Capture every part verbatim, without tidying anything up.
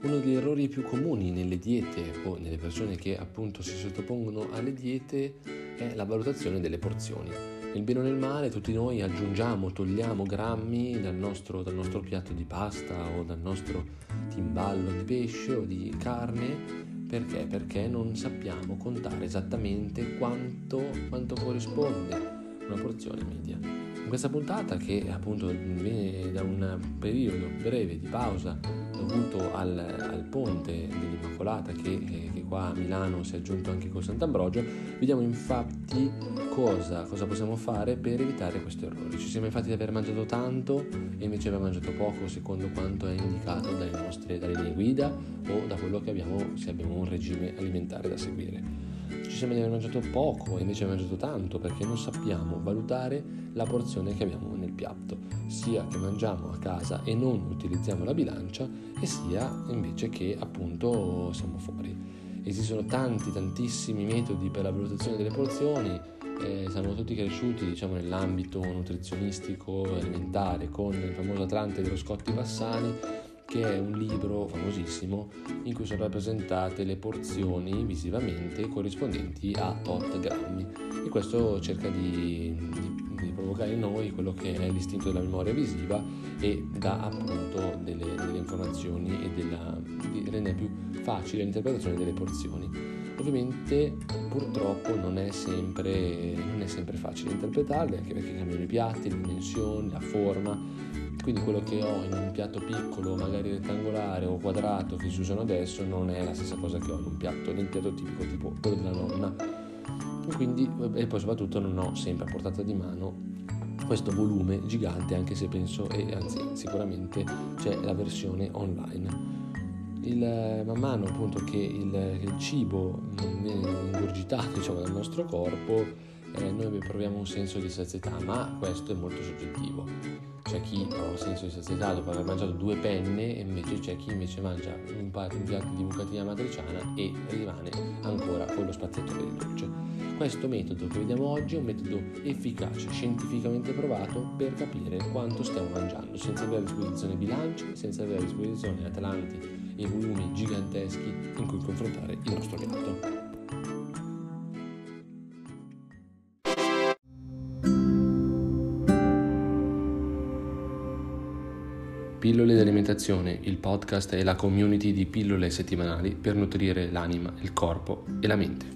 Uno degli errori più comuni nelle diete o nelle persone che appunto si sottopongono alle diete è la valutazione delle porzioni. Nel bene o nel male tutti noi aggiungiamo, togliamo grammi dal nostro, dal nostro piatto di pasta o dal nostro timballo di pesce o di carne. Perché? Perché non sappiamo contare esattamente quanto, quanto corrisponde una porzione media. In questa puntata, che appunto viene da un periodo breve di pausa dovuto al, al ponte dell'Immacolata che, che qua a Milano si è aggiunto anche con Sant'Ambrogio, vediamo infatti cosa, cosa possiamo fare per evitare questo errore. Ci sembra infatti di aver mangiato tanto e invece aver mangiato poco secondo quanto è indicato dalle nostre dalle linee guida o da quello che abbiamo, se abbiamo un regime alimentare da seguire. Ci sembra di aver mangiato poco e invece aver mangiato tanto perché non sappiamo valutare la porzione che abbiamo nel piatto, sia che mangiamo a casa e non utilizziamo la bilancia, e sia invece che appunto siamo fuori. Esistono tanti tantissimi metodi per la valutazione delle porzioni. Eh, siamo tutti cresciuti diciamo nell'ambito nutrizionistico alimentare con il famoso Atlante dello Scotti Bassani, che è un libro famosissimo in cui sono rappresentate le porzioni visivamente corrispondenti a tot grammi, e questo cerca di, di, di provocare in noi quello che è l'istinto della memoria visiva e dà appunto delle, delle informazioni e della, di rendere più facile l'interpretazione delle porzioni. Ovviamente purtroppo non è sempre, non è sempre facile interpretarle, anche perché cambiano i piatti, le dimensioni, la forma. Quindi quello che ho in un piatto piccolo, magari rettangolare o quadrato che si usano adesso, non è la stessa cosa che ho in un piatto, nel piatto tipico tipo quello della nonna. E quindi, e poi soprattutto non ho sempre a portata di mano questo volume gigante, anche se penso, e anzi sicuramente c'è la versione online. Il, man mano appunto che il, che il cibo viene ingurgitato diciamo dal nostro corpo, eh, noi proviamo un senso di sazietà, ma questo è molto soggettivo. C'è chi prova un senso di sazietà dopo aver mangiato due penne, e invece c'è chi invece mangia un, pa- un piatto di bucatina matriciana e rimane ancora con lo spazietto per il dolce. Questo metodo che vediamo oggi è un metodo efficace, scientificamente provato per capire quanto stiamo mangiando, senza avere a disposizione bilanci, senza avere a disposizione atlanti e volumi giganteschi in cui confrontare il nostro piatto. Pillole di alimentazione, il podcast e la community di pillole settimanali per nutrire l'anima, il corpo e la mente.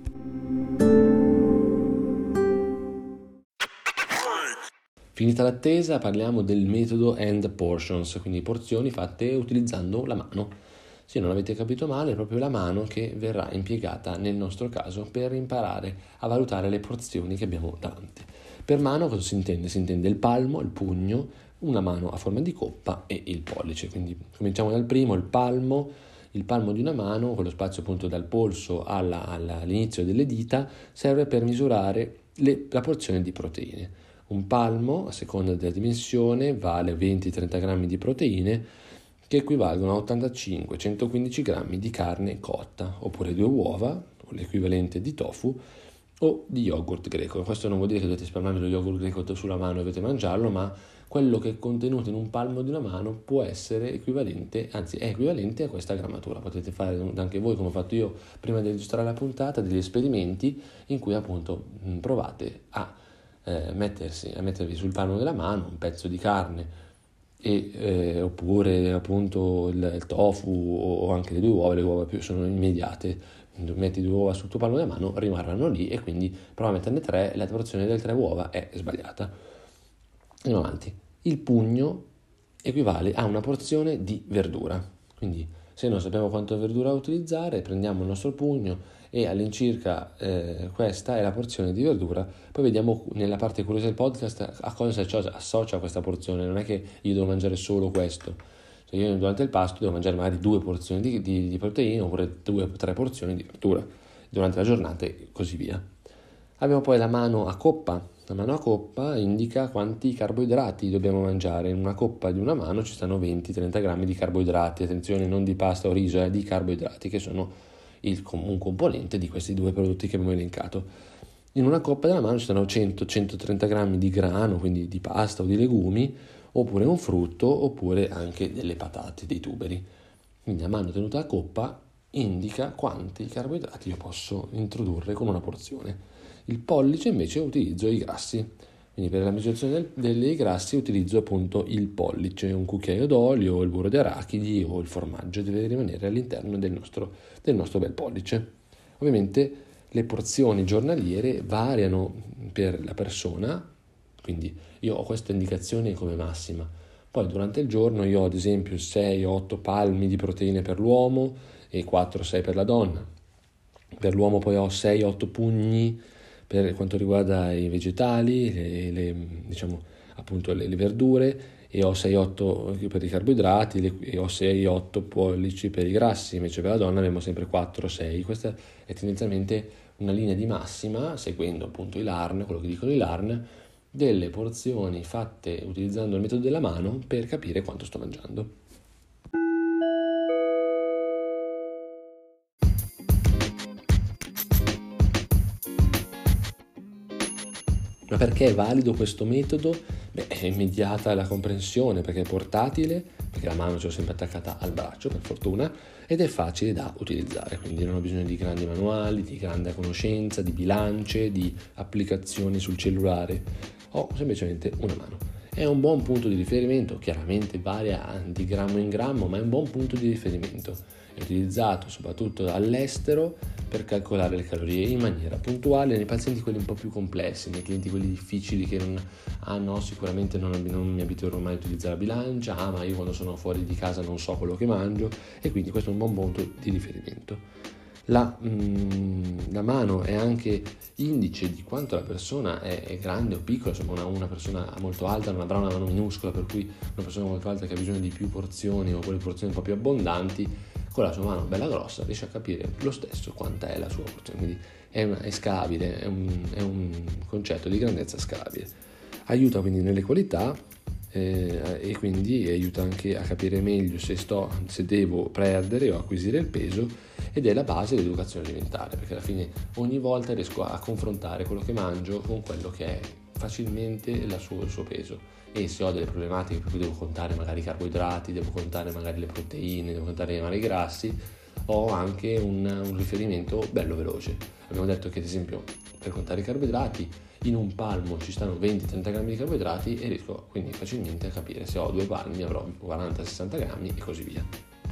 Finita l'attesa, parliamo del metodo and portions, quindi porzioni fatte utilizzando la mano. Se non avete capito male, è proprio la mano che verrà impiegata nel nostro caso per imparare a valutare le porzioni che abbiamo davanti. Per mano cosa si intende? Si intende il palmo, il pugno, una mano a forma di coppa e il pollice. Quindi cominciamo dal primo, il palmo. Il palmo di una mano, con lo spazio appunto dal polso alla, alla, all'inizio delle dita, serve per misurare le, la porzione di proteine. Un palmo, a seconda della dimensione, vale venti trenta grammi di proteine, che equivalgono a ottantacinque centoquindici grammi di carne cotta, oppure due uova, o l'equivalente di tofu, o di yogurt greco. Questo non vuol dire che dovete spalmarvi lo yogurt greco sulla mano e dovete mangiarlo, ma quello che è contenuto in un palmo di una mano può essere equivalente, anzi è equivalente a questa grammatura. Potete fare anche voi, come ho fatto io prima di registrare la puntata, degli esperimenti in cui appunto provate a, eh, mettersi, a mettervi sul palmo della mano un pezzo di carne e, eh, oppure appunto il, il tofu o anche le due uova. Le uova più sono immediate. Metti due uova sul tuo palmo della mano, rimarranno lì, e quindi prova a metterne tre, la porzione delle tre uova è sbagliata. Andiamo avanti. Il pugno equivale a una porzione di verdura, quindi se non sappiamo quanto verdura utilizzare, prendiamo il nostro pugno e all'incirca eh, questa è la porzione di verdura. Poi vediamo nella parte curiosa del podcast a cosa si associa questa porzione. Non è che io devo mangiare solo questo. Cioè io durante il pasto devo mangiare magari due porzioni di, di, di proteine, oppure due o tre porzioni di verdura durante la giornata e così via. Abbiamo poi la mano a coppa. La mano a coppa indica quanti carboidrati dobbiamo mangiare. In una coppa di una mano ci stanno venti trenta grammi di carboidrati, attenzione, non di pasta o riso, eh, di carboidrati, che sono il, un componente di questi due prodotti che abbiamo elencato. In una coppa della mano ci stanno cento centotrenta grammi di grano, quindi di pasta o di legumi, oppure un frutto, oppure anche delle patate, dei tuberi. Quindi a mano tenuta a coppa indica quanti carboidrati io posso introdurre con una porzione. Il pollice invece utilizzo i grassi. Quindi per la misurazione del, dei grassi utilizzo appunto il pollice, un cucchiaio d'olio, il burro di arachidi o il formaggio deve rimanere all'interno del nostro, del nostro bel pollice. Ovviamente le porzioni giornaliere variano per la persona, quindi io ho questa indicazione come massima. Poi durante il giorno io ho ad esempio sei otto palmi di proteine per l'uomo e quattro sei per la donna. Per l'uomo poi ho sei otto pugni per quanto riguarda i vegetali, le, le, diciamo appunto le, le verdure, e ho sei otto per i carboidrati le, e ho sei otto pollici per i grassi, invece per la donna abbiamo sempre quattro sei. Questa è tendenzialmente una linea di massima, seguendo appunto i L A R N, quello che dicono i L A R N, delle porzioni fatte utilizzando il metodo della mano per capire quanto sto mangiando. Ma perché è valido questo metodo? Beh, è immediata la comprensione, perché è portatile, perché la mano ce l'ho sempre attaccata al braccio, per fortuna, ed è facile da utilizzare, quindi non ho bisogno di grandi manuali, di grande conoscenza, di bilance, di applicazioni sul cellulare, ho semplicemente una mano. È un buon punto di riferimento, chiaramente varia di grammo in grammo, ma è un buon punto di riferimento. È utilizzato soprattutto all'estero per calcolare le calorie in maniera puntuale nei pazienti quelli un po' più complessi, nei clienti quelli difficili che non ah no, sicuramente non, non mi abituerò mai a utilizzare la bilancia, ah ma io quando sono fuori di casa non so quello che mangio, e quindi questo è un buon punto di riferimento. La, mm, la mano è anche indice di quanto la persona è, è grande o piccola, insomma una, una persona molto alta non avrà una mano minuscola, per cui una persona molto alta che ha bisogno di più porzioni o quelle porzioni un po' più abbondanti, con la sua mano bella grossa riesce a capire lo stesso quanta è la sua porzione, quindi è, una, è scalabile, è un, è un concetto di grandezza scalabile. Aiuta quindi nelle qualità eh, e quindi aiuta anche a capire meglio se, sto, se devo perdere o acquisire il peso, ed è la base dell'educazione alimentare, perché alla fine ogni volta riesco a confrontare quello che mangio con quello che è facilmente la sua, il suo peso, e se ho delle problematiche per cui devo contare magari i carboidrati, devo contare magari le proteine, devo contare magari i grassi, ho anche un, un riferimento bello veloce. Abbiamo detto che ad esempio per contare i carboidrati in un palmo ci stanno venti trenta grammi di carboidrati e riesco quindi facilmente a capire se ho due palmi avrò quaranta sessanta grammi e così via.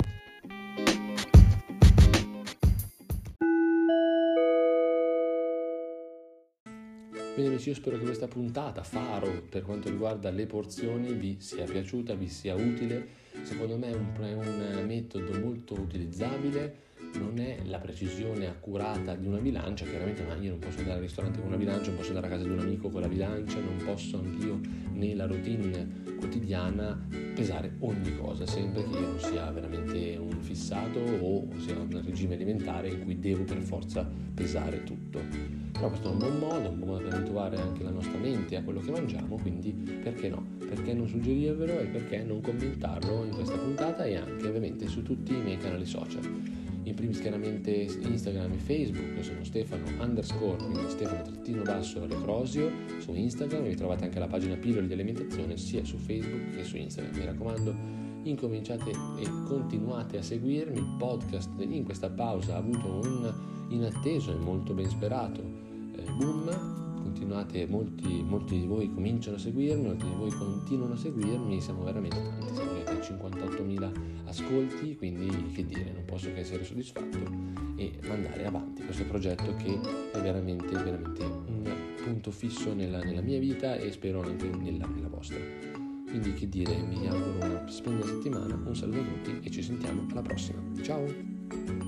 Bene amici, io spero che questa puntata faro per quanto riguarda le porzioni vi sia piaciuta, vi sia utile. Secondo me è un, è un metodo molto utilizzabile, non è la precisione accurata di una bilancia, chiaramente, ma io non posso andare al ristorante con una bilancia, non posso andare a casa di un amico con la bilancia, non posso anch'io nella routine quotidiana pesare ogni cosa, sempre che io non sia veramente un fissato o sia un regime alimentare in cui devo per forza pesare tutto. Però questo è un buon modo, un buon modo per abituare anche la nostra mente a quello che mangiamo, quindi perché no? Perché non suggerirvelo e perché non commentarlo in questa puntata e anche ovviamente su tutti i miei canali social. In primis chiaramente Instagram e Facebook, io sono Stefano underscore, quindi Stefano trattino basso Recrosio su Instagram, e vi trovate anche la pagina Pillole di Alimentazione sia su Facebook che su Instagram. Mi raccomando, incominciate e continuate a seguirmi. Il podcast in questa pausa ha avuto un inatteso e molto ben sperato eh, boom. Continuate, molti, molti di voi cominciano a seguirmi, molti di voi continuano a seguirmi, siamo veramente tanti, siamo arrivati a cinquantottomila ascolti, quindi che dire, non posso che essere soddisfatto e mandare avanti questo progetto che è veramente, veramente un punto fisso nella, nella mia vita e spero anche nella, nella vostra. Quindi che dire, vi auguro una splendida settimana, un saluto a tutti e ci sentiamo alla prossima. Ciao!